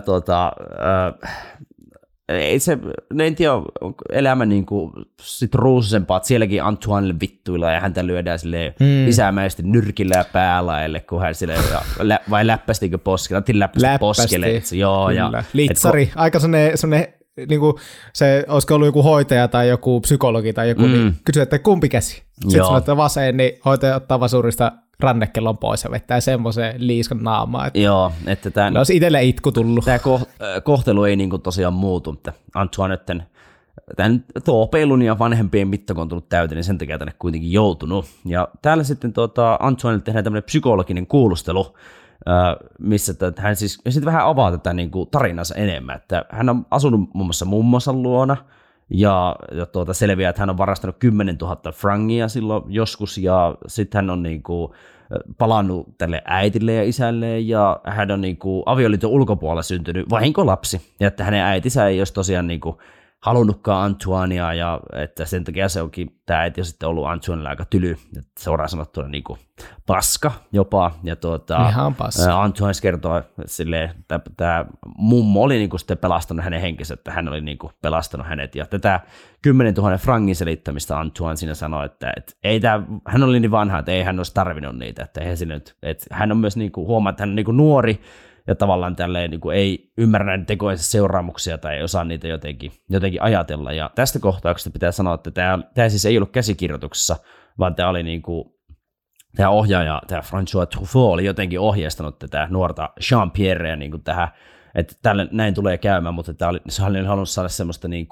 Speaker 2: en tiedä, elämä niinku sit ruusisempaa, että sielläkin Antoinelle vittuilla ja häntä lyödään silleen isämäisesti nyrkillä ja päälaelle, kun hän silleen, vai läppästikö poskelle, poskelle. Joo, ja
Speaker 1: litsari, aika sellainen niinku se, olisiko ollut joku hoitaja tai joku psykologi tai joku, niin kysyy, että kumpi käsi. Sitten sanoo, että vasen, niin hoitaja ottaa vasurista rannekellon pois ja vettää semmoisen liiskan naamaa.
Speaker 2: Joo, että tämä
Speaker 1: olisi itselle itku tullut.
Speaker 2: Tämä kohtelu ei niinku tosiaan muutu, että Antoinetten tämän toopeilun ja vanhempien mittako on tullut täyteen, niin sen takia tänne kuitenkin joutunut. Ja täällä sitten Antoinelle tehdään tämmöinen psykologinen kuulustelu, missä hän siis sitten vähän avaa tätä niinku tarinansa enemmän, että hän on asunut muun muassa mummonsa luona, ja selviää, että hän on varastanut 10 000 frangia silloin joskus, ja sitten hän on niinku palannut tälle äitille ja isälle, ja hän on niinku avioliiton ulkopuolella syntynyt vahinkolapsi, ja että hänen äitinsä ei olisi tosiaan niinku halunnutkaan Antoinea, ja että sen takia se onkin, tämä äiti on sitten ollut Antoinelle aika tyly, suoraan sanottuna niinku paska jopa, ja
Speaker 1: ihan paska.
Speaker 2: Antoine kertoo silleen, että tämä mummo oli niinku sitten pelastanut hänen henkensä, että hän oli niinku pelastanut hänet, ja tätä 10 000 frangin selittämistä Antoine siinä sanoi, että ei hän oli niin vanha, että ei hän olisi tarvinnut niitä, että hän on myös niinku, huomaa, että hän on niinku nuori, ja tavallaan tälleen niin kuin ei ymmärrä näiden tekojensa seuraamuksia tai ei osaa niitä jotenkin ajatella. Ja tästä kohtauksesta pitää sanoa, että tämä siis ei ollut käsikirjoituksessa, vaan tämä oli niin kuin, tämä ohjaaja, tämä François Truffaut oli jotenkin ohjeistanut tätä nuorta Jean-Pierrea niin kuin tähän, että tälle näin tulee käymään, mutta se oli halunnut saada semmoista, niin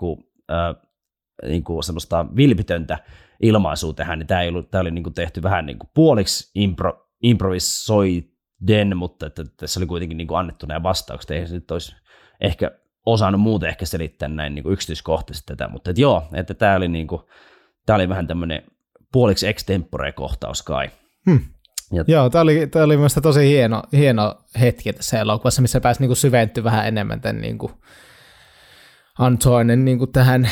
Speaker 2: kuin semmoista vilpitöntä ilmaisua tähän, niin tämä oli niin kuin tehty vähän niin kuin puoliksi improvisoitu, mutta että tässä oli kuitenkin niin kuin annettu nämä vastaukset, eihän se nyt olisi ehkä osannut muuten ehkä selittää näin niin kuin yksityiskohtaisesti tätä, mutta että joo, että tämä oli vähän tämmöinen puoliksi extempore-kohtaus kai.
Speaker 1: Joo, tämä oli myös tosi hieno hetki tässä elokuvassa, missä pääsi niin kuin syventyä vähän enemmän tämän niin kuin Antoinen niin kuin tähän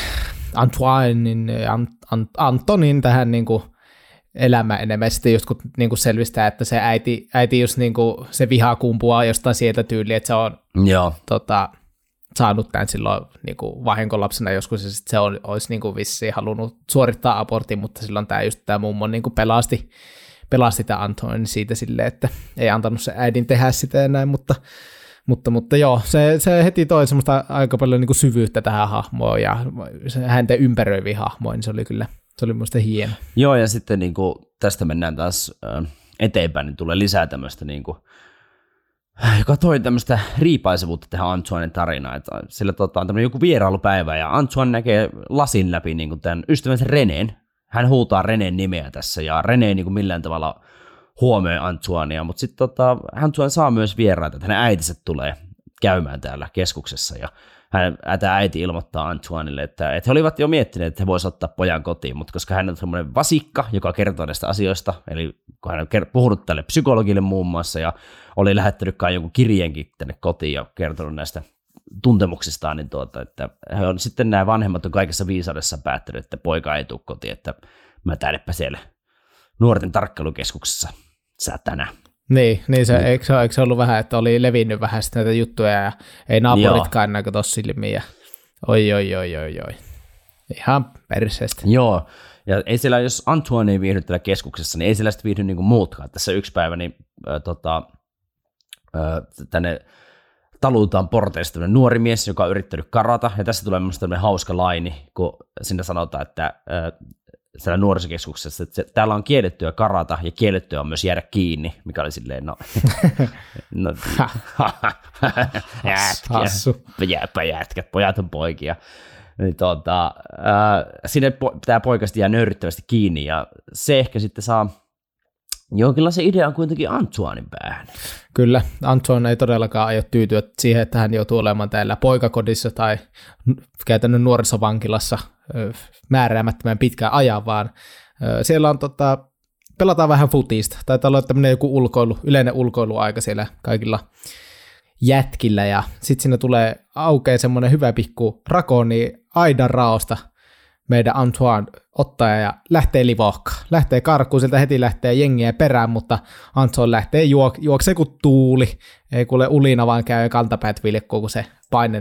Speaker 1: Antonin tähän niin kuin elämä enemmän. Sitten just kun niinku selvistää, että se äiti just niinku, se viha kumpuaa jostain sieltä tyyliin, että se on saanut tämän silloin niinku vahinkolapsena joskus, ja sitten se olisi niinku vissiin halunnut suorittaa abortin, mutta silloin tämä mummo niinku pelasti tämän Antoine siitä silleen, että ei antanut se äidin tehdä sitä enää, mutta joo, se heti toi semmoista aika paljon niinku syvyyttä tähän hahmoon ja häntä ympäröiviin hahmoihin, niin se oli kyllä. Se oli minusta hieno.
Speaker 2: Joo, ja sitten niin kuin, tästä mennään taas eteenpäin, niin tulee lisää tämmöistä, niin kuin, joka toi tämmöistä riipaisevuutta tähän Antoinen tarinaan. Että sillä on tämmöinen joku vierailupäivä, ja Antoine näkee lasin läpi niin kuin tämän ystävänsä Reneen. Hän huutaa Reneen nimeä tässä, ja René ei niin kuin millään tavalla huomioi Antoinea, mutta sitten Antoine saa myös vieraita, että hänen äitinsä tulee käymään täällä keskuksessa, ja tämä äiti ilmoittaa Antoinelle, että he olivat jo miettineet, että he voisivat ottaa pojan kotiin, mutta koska hän on semmoinen vasikka, joka kertoo näistä asioista, eli kun hän on puhunut tälle psykologille muun muassa, ja oli lähettänyt kai jonkun kirjeenkin tänne kotiin ja kertonut näistä tuntemuksistaan, niin että he on sitten nämä vanhemmat on kaikessa viisaudessa päättänyt, että poika ei tule kotiin, että mä täydepä siellä nuorten tarkkailukeskuksessa satana.
Speaker 1: Niin se, eikö se ollut vähän, että oli levinnyt vähän näitä juttuja ja ei naapuritkaan näkö tossa silmiin ja oi. Ihan perseestä.
Speaker 2: Joo, ja ei siellä, jos Antoine ei viihdy täällä keskuksessa, niin ei siellä sitten viihdy niinku muutkaan. Tässä yksi päivä niin, tänne talutaan porteista tämmöinen nuori mies, joka on yrittänyt karata, ja tässä tulee myös tämmöinen hauska laini, kun sinne sanotaan, että siellä nuorisokeskuksessa, että täällä on kiellettyä karata ja kiellettyä on myös jäädä kiinni, mikä oli silleen, jätkät, pojat on poikia. Niin sinne tämä poika sitten jää nöyryttävästi kiinni ja se ehkä sitten saa jonkinlaisen idean kuitenkin Antoinen päähän.
Speaker 1: Kyllä, Antoine ei todellakaan aio tyytyä siihen, että hän joutuu olemaan täällä poikakodissa tai käytännön nuorisovankilassa määräämättömän pitkään ajan, vaan siellä on pelataan vähän futista. Taitaa olla tämmöinen joku yleinen ulkoiluaika siellä kaikilla jätkillä, ja sitten siinä tulee aukeaa semmoinen hyvä pikku rakoni aidan raosta meidän Antoine ottaa ja lähtee livohkaan. Lähtee karkuun, sieltä heti lähtee jengiä perään, mutta Antoine lähtee juoksee kuin tuuli. Ei kuule ulina, vaan käy kantapäät vilkkuu, kun se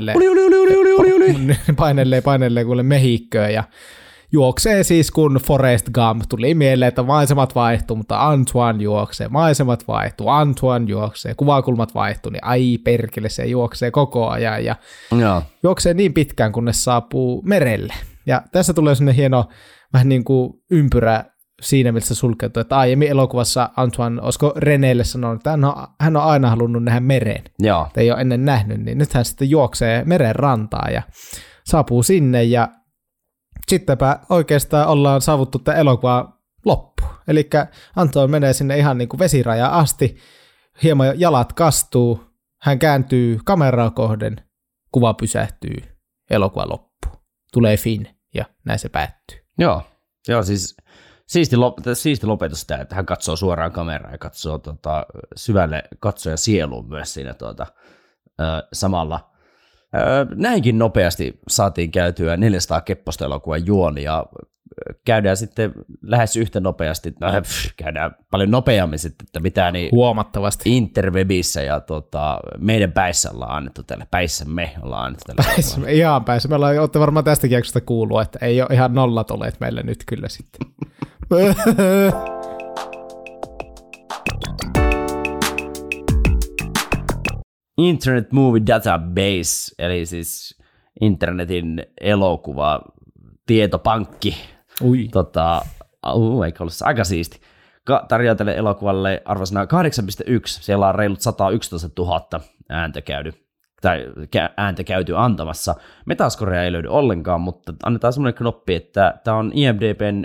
Speaker 1: painelee kuule mehikköön ja juoksee siis kun Forrest Gump. Tuli mieleen, että maisemat vaihtuu, mutta Antoine juoksee. Maisemat vaihtuu, Antoine juoksee. Kuvakulmat vaihtuu, niin ai perkele, se juoksee koko ajan ja juoksee niin pitkään, kunnes saapuu merelle. Ja tässä tulee sellainen hieno vähän niin kuin ympyrä siinä, missä sulkeutuu, että aiemmin elokuvassa Antoine, olisiko Renélle sanonut, että hän on aina halunnut nähdä meren. Joo. Ei ole ennen nähnyt, niin nyt hän sitten juoksee meren rantaan ja saapuu sinne ja sittenpä oikeastaan ollaan saavuttu tämän elokuvan loppu. Eli Antoine menee sinne ihan niin kuin vesirajaan asti, hieman jalat kastuu, hän kääntyy kameraa kohden, kuva pysähtyy, elokuva loppuu. Tulee Finn ja näin se päättyy.
Speaker 2: Joo siis siisti lopetus tämä, että hän katsoo suoraan kameraan ja katsoo syvälle katsojan sieluun myös siinä samalla. Näinkin nopeasti saatiin käytyä 400 Kepposta elokuvan juoni ja käydään sitten lähes yhtä nopeasti, käydään paljon nopeammin sitten, että mitä niin
Speaker 1: huomattavasti
Speaker 2: interwebissä ja meidän päissä ollaan annettu tälle, päissämme ollaan annettu tälle.
Speaker 1: Päissämme, ihan päissä. Me olette varmaan tästäkin jaksosta kuullut, että ei ole ihan nollat olleet meillä nyt kyllä sitten.
Speaker 2: Internet Movie Database, eli siis internetin elokuva tietopankki. Eikä ollut se aika siisti. Tarjoaa tälle elokuvalle arvosana 8.1. Siellä on reilut 111 000 ääntä käyty antamassa. Metascorea ei löydy ollenkaan, mutta annetaan semmoinen knoppi, että tämä on IMDb:n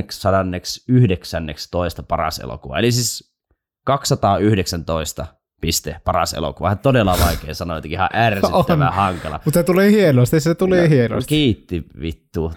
Speaker 2: 219 paras elokuva. Eli siis 219 paras elokuva. Todella vaikea sanoa, jotenkin ihan ärsyttävän hankala.
Speaker 1: Mutta se tuli hienosti, hienosti.
Speaker 2: Kiitti vittu.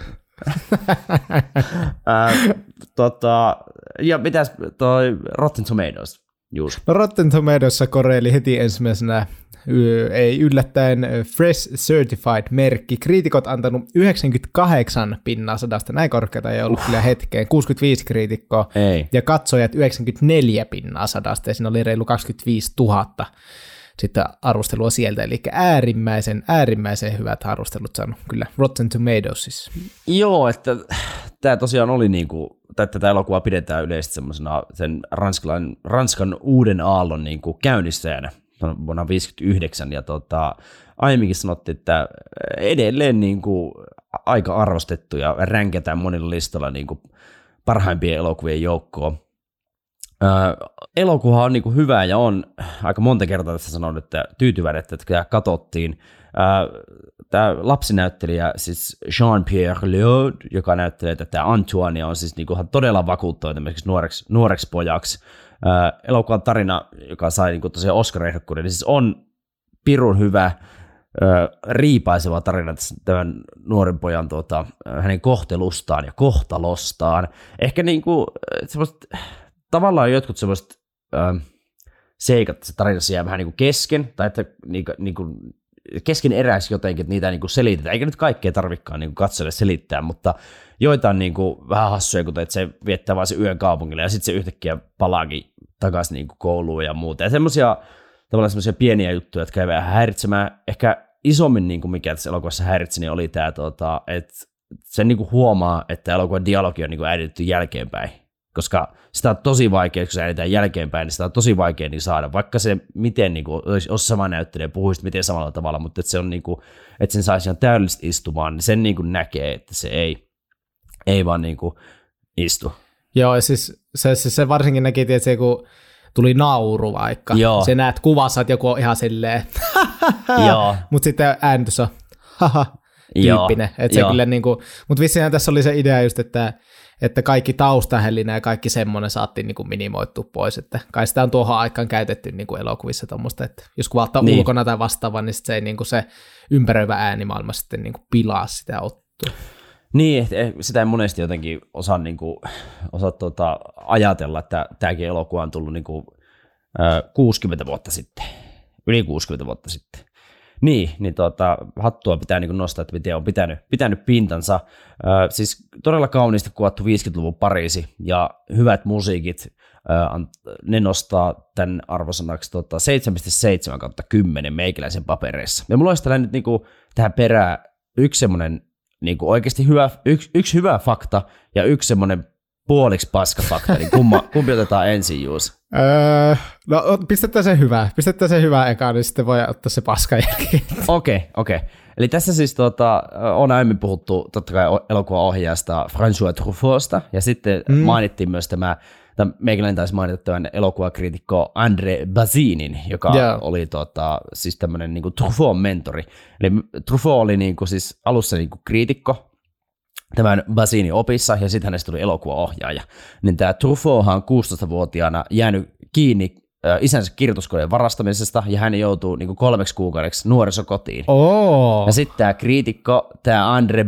Speaker 2: Ja mitäs toi Rotten Tomatoes? Juus.
Speaker 1: No Rotten Tomatoesissa koreili heti ensimmäisenä, ei yllättäen, Fresh Certified-merkki. Kriitikot antanut 98 pinnaa 100, näin korkeata ei ollut kyllä hetkeen, 65 kriitikkoa, ja katsojat 94 pinnaa 100, ja siinä oli reilu 25 000 sitten arvostelua sieltä, eli äärimmäisen hyvät arvostelut saanut kyllä Rotten Tomatoesissa.
Speaker 2: Joo, että tämä tosiaan oli niinku, että tämä elokuva pidetään yleisesti semmoisena sen Ranskan uuden aallon niinku käynnistäjänä vuonna 1959, ja aiemminkin sanottiin, että edelleen niinku aika arvostettu ja ränkätään monilla listalla niinku parhaimpien elokuvien joukkoon. Elokuva on niinku hyvä ja on aika monta kertaa tässä sanonut, että tyytyväinen, että tämä katsottiin. Tämä lapsinäyttelijä, siis Jean-Pierre Léaud, joka näyttelee tätä Antoinea, on siis niinku todella vakuuttava nuoreksi pojaksi. Elokuvan tarina, joka sai niinku tosiaan Oscar-ehdokkuuden, niin siis on pirun hyvä, riipaiseva tarina tämän nuoren pojan hänen kohtelustaan ja kohtalostaan. Ehkä niinku semmoiset, tavallaan jotkut semmoiset seikat tässä tarinassa jää vähän niinku kesken, tai että niinku kesken eräiksi jotenkin, että niitä niinku selitetään. Eikä nyt kaikkea tarvikaan niinku katsojalle selittää, mutta joitain niinku vähän hassuja, kuten että se viettää vaan se yön kaupungille ja sitten se yhtäkkiä palaakin takaisin niinku kouluun ja muuta. Ja tavallaan semmoisia pieniä juttuja, jotka käy vähän häiritsemään. Ehkä isommin, niinku mikä tässä elokuvassa häiritsi, niin oli tämä, että sen niinku huomaa, että elokuvan dialogi on niinku äänitetty jälkeenpäin. Koska sitä on tosi vaikea, kun se äänitään jälkeenpäin, niin sitä on tosi vaikea niin saada. Vaikka se miten niinku, olisi sama näyttelijä ja puhuisi miten samalla tavalla, mutta että se on niinku, että sen saisi ihan täydellisesti istumaan, niin sen niinku näkee, että se ei vaan niinku istu.
Speaker 1: Joo, siis se varsinkin näki, että kun tuli nauru vaikka. Joo. Se näet kuvassa, että joku on ihan silleen, mutta sitten äänitys on tyyppinen. Että se kyllä niinku, mutta vissiinhän tässä oli se idea just, että kaikki taustahälinä ja kaikki semmoinen saatiin niinku minimoittua pois, että kai sitä on tuohon aikaan käytetty niinku elokuvissa tuommoista, että jos kuvataan ulkona tai vastaavaa, niin sit se ei niinku se ympäröivä äänimaailma sitten niinku pilaa sitä ottua.
Speaker 2: Niin, sitä ei monesti jotenkin osaa ajatella, että tämäkin elokuva on tullut niinku 60 vuotta sitten, yli 60 vuotta sitten. Niin hattua pitää niin nostaa, että miten on pitänyt pintansa. Siis todella kauniisti kuvattu 50-luvun Pariisi ja hyvät musiikit, ne nostaa tämän arvosanaksi 7,7/10 meikäläisen papereissa. Ja mulla olisi tällainen nyt tähän perään yksi semmoinen oikeasti yksi hyvä fakta ja yksi semmoinen puoliksi paska fakta, niin kumpi otetaan ensin, Juuso?
Speaker 1: No pistetään se hyvä eka, niin sitten voi ottaa se paska jälkeen.
Speaker 2: Okei. Eli tässä siis on aiemmin puhuttu totta kai elokuvaohjaajasta François Truffautsta, ja sitten mainittiin myös meikäläinen taisi mainita tämän elokuvakriitikko André Bazinin, joka oli siis tämmöinen Truffaut mentori. Eli Truffaut oli siis alussa kriitikko tämän Bazinin opissa, ja sitten hänestä tuli elokuvaohjaaja. Niin tämä Truffauthan 16-vuotiaana jäänyt kiinni isänsä kirjoituskoneen varastamisesta, ja hän joutuu 3 kuukaudeksi nuorisokotiin. Ja sitten tämä kriitikko, tämä André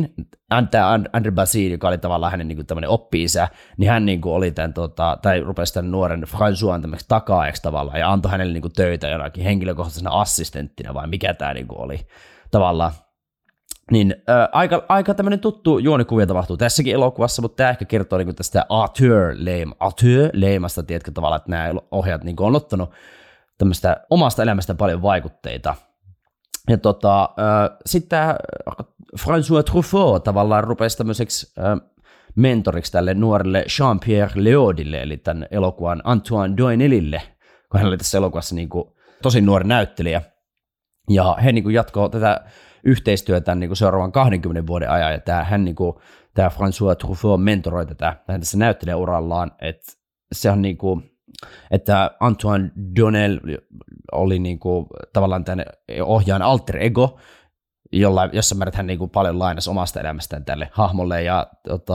Speaker 2: Bazin, joka oli tavallaan hänen tämmöinen oppi-isä, niin hän oli tämän, tai rupesi tämän nuoren François tämmöiseksi takaajaksi tavallaan, ja antoi hänelle töitä jonakin henkilökohtaisena assistenttina, vai mikä tämä oli tavallaan. Niin aika tämmöinen tuttu juonikuvia tapahtuu tässäkin elokuvassa, mutta tämä ehkä kertoo tästä auteur-leimasta, tiedätkö tavallaan, että nämä ohjaajat on ottanut tämmöistä omasta elämästä paljon vaikutteita. Ja sitten tämä François Truffaut tavallaan rupesi tämmöiseksi mentoriksi tälle nuorelle Jean-Pierre Léaudille, eli tämän elokuvan Antoine Doinelille, kun hän oli tässä elokuvassa tosi nuori näyttelijä. Ja he jatkoi tätä yhteistyötä seuraavan 20 vuoden ajan, ja tämä François Truffaut mentoroi tätä tässä näyttelijäurallaan, että se on että Antoine Doinel oli tavallaan tämän ohjaajan alter ego, jossa määrin hän paljon lainasi omasta elämästään tälle hahmolle, ja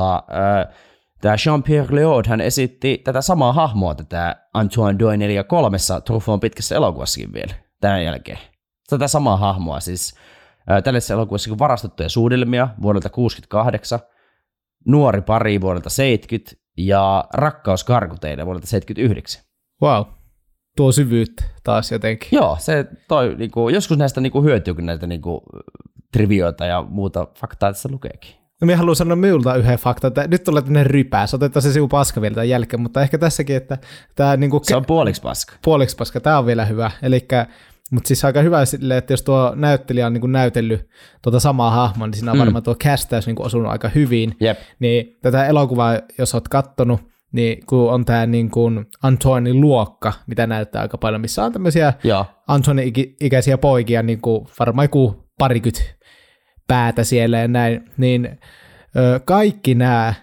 Speaker 2: tämä Jean-Pierre Léaud, hän esitti tätä samaa hahmoa, tätä Antoine Doinelia 3 Truffautin pitkässä elokuvassakin vielä tämän jälkeen. Tätä samaa hahmoa, siis tällaisessa elokuvassa varastettuja suudelmia vuodelta 1968, Nuori pari vuodelta 70 ja Rakkaus karkuteille vuodelta 79.
Speaker 1: Wow, tuo syvyyttä taas jotenkin.
Speaker 2: Joo, se toi, joskus näistä hyötyy, kun näitä trivioita ja muuta faktaa tässä lukeekin.
Speaker 1: No minä haluan sanoa minulta yhden faktan, että nyt tulee tämmöinen rypäs, otetaan se sinun paska vielä tämän jälkeen, mutta ehkä tässäkin, että tämä
Speaker 2: se on puoliksi paska.
Speaker 1: Puoliksi paska, tämä on vielä hyvä, mutta siis aika hyvä silleen, että jos tuo näyttelijä on näytellyt tuota samaa hahmoa, niin siinä on varmaan tuo kästäys osunut aika hyvin.
Speaker 2: Jep.
Speaker 1: Niin tätä elokuvaa, jos olet kattonut, niin kun on tämä Antoinin luokka, mitä näyttää aika paljon, missä on tämmöisiä Antoinin ikäisiä poikia, varmaan joku 20 päätä siellä ja näin, niin kaikki nämä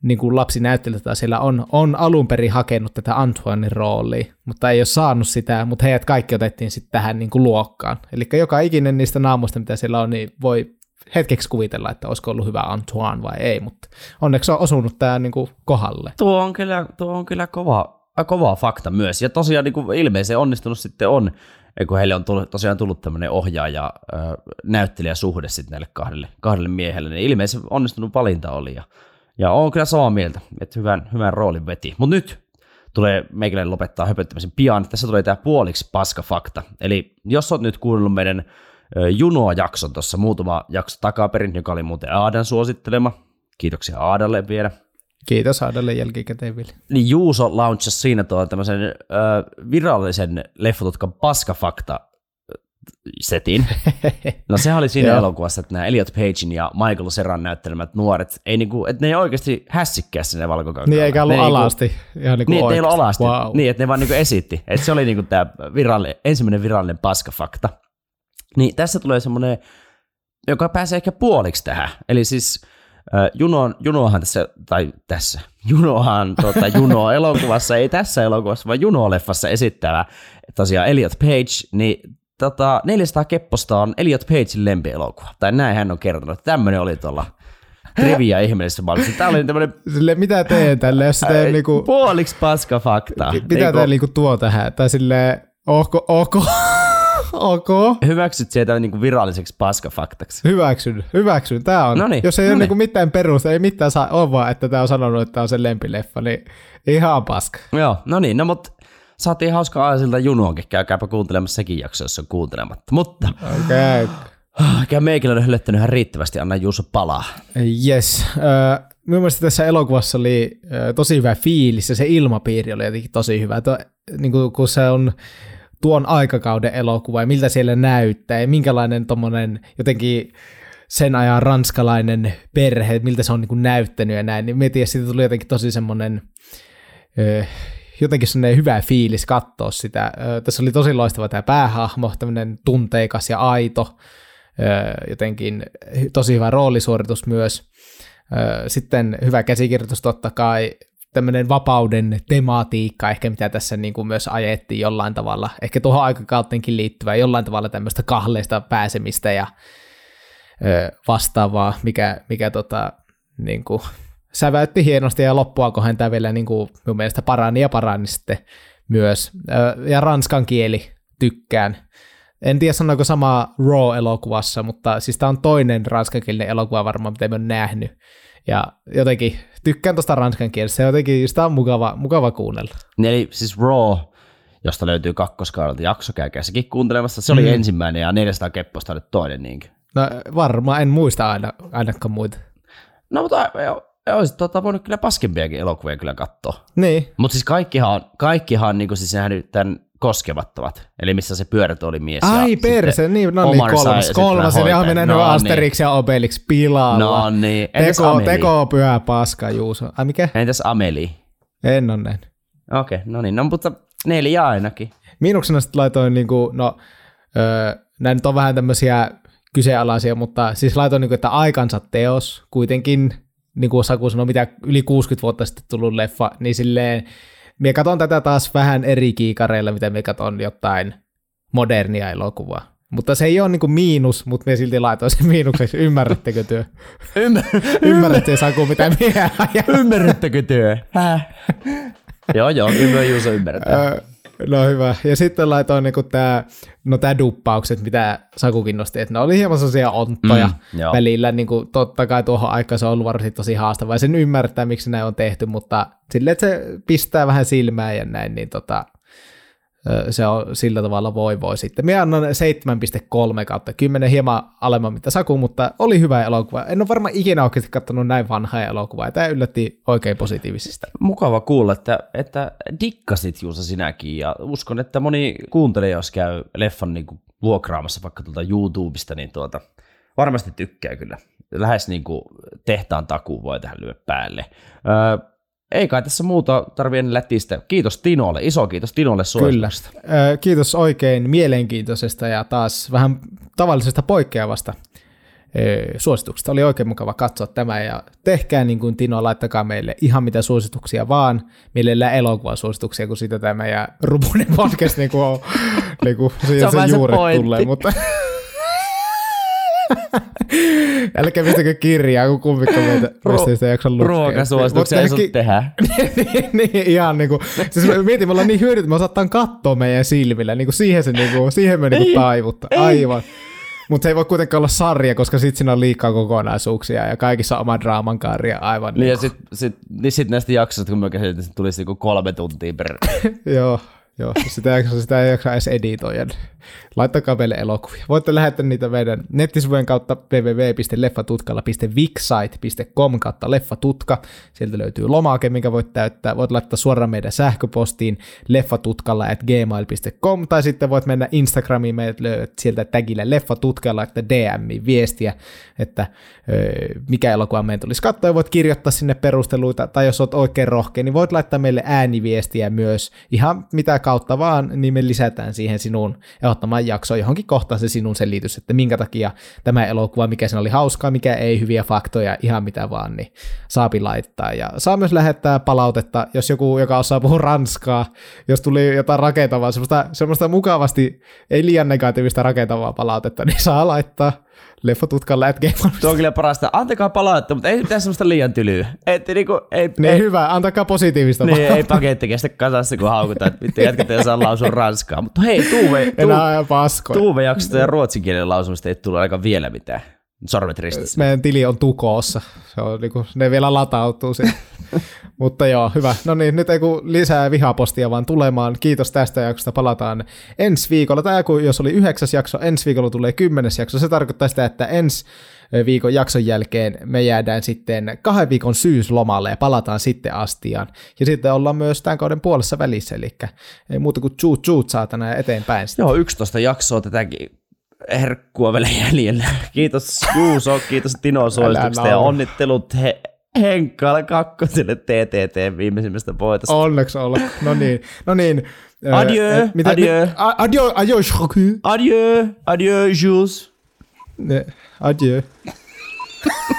Speaker 1: niin kuin lapsinäyttelijät siellä on alun perin hakenut tätä Antoinin roolia, mutta ei ole saanut sitä, mutta heidät kaikki otettiin sitten tähän niin kuin luokkaan. Eli joka ikinen niistä naamuista, mitä siellä on, niin voi hetkeksi kuvitella, että olisiko ollut hyvä Antoine vai ei, mutta onneksi on osunut tämä niin kuin kohdalle.
Speaker 2: Tuo on kyllä kova fakta myös, ja tosiaan niin kuin ilmeisesti onnistunut sitten on, kun heille on tosiaan tullut tämmöinen ohjaaja näyttelijäsuhde sitten näille kahdelle miehelle, niin ilmeisesti onnistunut valinta oli, ja on kyllä samaa mieltä, että hyvän roolin veti. Mutta nyt tulee meikälle lopettaa höpöttämisen pian. Tässä tulee tämä puoliksi paskafakta. Eli jos olet nyt kuunnellut meidän Junoa-jakson tuossa muutama jakso takaperin, joka oli muuten Aadan suosittelema. Kiitoksia Aadalle vielä.
Speaker 1: Kiitos Aadalle jälkikäteen, Vili.
Speaker 2: Niin Juuso launchasi siinä tämmöisen virallisen leffotutkan paskafakta setin. No sehän oli siinä elokuvassa, että nämä Elliot Pagein ja Michael Ceran näyttelemät nuoret, että ne ei oikeasti hässikkää sinne valkokankaalla.
Speaker 1: Niin eikä ollut alasti.
Speaker 2: Niin, ei ollut alasti. Wow. Niin, että ne vaan esitti. Että se oli tämä ensimmäinen virallinen paskafakta. Niin tässä tulee semmoinen, joka pääsee ehkä puoliksi tähän. Eli siis Junoahan Juno-elokuvassa, ei tässä elokuvassa, vaan Juno-leffassa esittävä tosiaan Elliot Page, niin 400 kepposta on Elliot Pagein lempielokuva. Tai näin hän on kertonut. Tämmöinen oli tuolla trivia ihmeellisessä maailmassa. Tämä oli tämmöinen...
Speaker 1: Sille, mitä teen tälle, jos teen niinku...
Speaker 2: Puoliksi paska fakta.
Speaker 1: Mitä teen niinku tuo tähän? Tai silleen, ok.
Speaker 2: Hyväksyt sieltä niinku viralliseksi paskafaktaksi.
Speaker 1: Hyväksyn. Tää on. Noniin, jos ei ole niinku mitään perusta, ei mitään saa olla vaan, että tää on sanonut, että tää on sen lempileffa, niin ihan paska.
Speaker 2: Joo, no niin, mutta saatiin hauskaa aasilta Junoonkin, käykääpä kuuntelemassa sekin jakso, jos on kuuntelematta. Mutta okay. Meikin on hölöttänyt ihan riittävästi, anna Juuso palaa.
Speaker 1: Yes. Minun mielestä tässä elokuvassa oli tosi hyvä fiilis ja se ilmapiiri oli jotenkin tosi hyvä. Niin kun se on tuon aikakauden elokuva ja miltä siellä näyttää ja minkälainen tommonen jotenkin sen ajan ranskalainen perhe, miltä se on niin kuin näyttänyt ja näin, niin mietin, että siitä tuli jotenkin tosi semmoinen jotenkin sellainen hyvä fiilis katsoa sitä. Tässä oli tosi loistava tämä päähahmo, tämmöinen tunteikas ja aito, jotenkin tosi hyvä roolisuoritus myös. Sitten hyvä käsikirjoitus totta kai, tämmöinen vapauden tematiikka ehkä, mitä tässä niin kuin myös ajettiin jollain tavalla, ehkä tuohon aikakautenkin liittyvää jollain tavalla tämmöistä kahleista pääsemistä ja vastaavaa, mikä niin kuin säväytti hienosti ja loppua kohden tämä vielä niin kuin minun mielestä parani sitten myös. Ja ranskan kieli tykkään. En tiedä sanoiko sama Raw-elokuvassa, mutta siis tämä on toinen ranskankielinen elokuva varmaan, mitä mä oon nähnyt. Ja jotenkin tykkään tuosta ranskan kielestä, jotenkin sitä on mukava kuunnella.
Speaker 2: Eli siis Raw, josta löytyy kakkoskaudelta jakso, käykää sekin kuuntelemassa, se oli ensimmäinen ja 400 kepposta oli toinen niinkin.
Speaker 1: No varmaan, en muista ainakaan muita.
Speaker 2: No mutta olisit voinut kyllä paskempiakin elokuvia kyllä katsoa.
Speaker 1: Niin.
Speaker 2: Mutta siis kaikkihan niin siis nähnyt tämän Koskemattomat, eli missä se pyörätuolimies.
Speaker 1: Ai perse, niin, no niin, kolmas, eli on mennyt Asterix ja Obelix pilalla.
Speaker 2: No niin,
Speaker 1: teko pyhä paska, Juuso. Ai mikä?
Speaker 2: Entäs Amelie?
Speaker 1: En ole näin.
Speaker 2: Okei, no niin, no mutta 4 ainakin.
Speaker 1: Miinuksena sitten laitoin, nämä nyt on vähän tämmöisiä kyseenalaisia, mutta siis laitoin, että aikansa teos kuitenkin, niin kuin Saku sanoi, mitä yli 60 vuotta sitten tullut leffa, niin silleen, minä katson tätä taas vähän eri kiikareilla, mitä minä katson jotain modernia elokuvaa. Mutta se ei ole niinku miinus, mutta minä silti laitoin sen miinukseksi. Ymmärrättekö työ? Ymmärrätte Saku, mitä minä ajan?
Speaker 2: Ymmärrättekö työ? Joo, kyllä Juuso ymmärretään.
Speaker 1: No hyvä. Ja sitten laitoin niinku tää duppaukset, mitä Sakukin nosti, että ne oli hieman sellaisia onttoja välillä. Niinku, totta kai tuohon aikaan se on ollut varsin tosi haastavaa. Ja sen ymmärtää, miksi näin on tehty, mutta silleen, että se pistää vähän silmää ja näin, niin se on sillä tavalla voi sitten. Minä annan 7,3/10, hieman alemman mitä Saku, mutta oli hyvä elokuva. En ole varmaan ikinä oikeasti katsonut näin vanhaa elokuvaa, ja tämä yllätti oikein positiivisista.
Speaker 2: Mukava kuulla, että dikkasit Juuso sinäkin, ja uskon, että moni kuuntelija, jos käy leffan niin kuin vuokraamassa vaikka tuolta YouTubesta, niin varmasti tykkää kyllä. Lähes niin kuin tehtaan takuu voi tähän lyödä päälle. Ei kai tässä muuta tarvitse ennen lätistä. Kiitos Tinolle, iso kiitos Tinolle suosituksesta.
Speaker 1: Kyllä, kiitos oikein mielenkiintoisesta ja taas vähän tavallisesta poikkeavasta suosituksista. Oli oikein mukava katsoa tämä ja tehkää niin kuin Tino, laittakaa meille ihan mitä suosituksia vaan, mielellään elokuvasuosituksia, kun siitä tämä meidän Rupunen podcast niin kuin on niin kuin se juuret tulee, mutta älkää pistäkö kirjaa, kun kumminkaan meistä sitä jaksa lukea.
Speaker 2: Ruokasuosituksia ei sun tehdä.
Speaker 1: niin, ihan niinku, siis mietin, me ollaan niin hyödyt, me osataan katsoa meidän silmillä, niinku siihen me niinku taivuttaa, aivan. Mutta se ei voi kuitenkaan olla sarja, koska sit siinä on liikaa kokonaisuuksia ja kaikissa oma draaman kaari aivan.
Speaker 2: Niin ja sit näistä jaksoista, kun mä käsitin, että tulisi niinku 3 tuntia per.
Speaker 1: Joo, sitä ei jaksa edes editoida. Laittakaa meille elokuvia. Voitte lähettää niitä meidän nettisivujen kautta www.leffatutkalla.wixsite.com kautta leffatutka. Sieltä löytyy lomake, minkä voit täyttää. Voit laittaa suoraan meidän sähköpostiin leffatutkalla@gmail.com tai sitten voit mennä Instagramiin, meidät löydät sieltä tagillä leffatutkalla, että DM-viestiä, että mikä elokuva meidän tulisi katsoa. Ja voit kirjoittaa sinne perusteluita, tai jos oot oikein rohkea, niin voit laittaa meille ääniviestiä myös ihan mitä kautta vaan, niin me lisätään siihen sinun ehdottamaan jaksoon johonkin kohtaan se sinun selitys, että minkä takia tämä elokuva, mikä siinä oli hauskaa, mikä ei, hyviä faktoja, ihan mitä vaan, niin saapi laittaa. Ja saa myös lähettää palautetta, jos joku, joka osaa puhua ranskaa, jos tuli jotain rakentavaa, semmoista mukavasti, ei liian negatiivista rakentavaa palautetta, niin saa laittaa leffatutkalla@gmail.com.
Speaker 2: Tuo on kyllä parasta. Antakaa palautetta, mutta ei mitään semmoista liian tylyä.
Speaker 1: Niin hyvä, antakaa positiivista
Speaker 2: palautetta. Niin, ei paketti kestä kasassa, kun haukutaan, että vittu jätkät ei saa lausua ranskaa. Mutta hei, Tuuve jaksosta ja ruotsinkielinen lausumista ei tule aika vielä mitään. Sormet ristissä.
Speaker 1: Meidän tili on tukoossa. Se on niinku, ne vielä latautuu siihen. Mutta joo, hyvä. No niin, nyt ei kun lisää vihapostia vaan tulemaan. Kiitos tästä jaksosta. Palataan ensi viikolla. Tai jos oli 9. jakso, ensi viikolla tulee 10. jakso. Se tarkoittaa sitä, että ensi viikon jakson jälkeen me jäädään sitten 2 viikon syyslomalle ja palataan sitten astiaan. Ja sitten ollaan myös tämän kauden puolessa välissä, eli ei muuta kuin tsuut saatana ja eteenpäin. Sitten.
Speaker 2: Joo, 11 jaksoa tätäkin herkkua vielä jäljellä. Kiitos Juuso, kiitos Tino suosituksesta ja onnittelut Henkkaalle kakkoselle TTT viimeisimmästä voitosta.
Speaker 1: Onneksi olla. No niin.
Speaker 2: Adieu.
Speaker 1: Adieu,
Speaker 2: Jules.
Speaker 1: Adieu.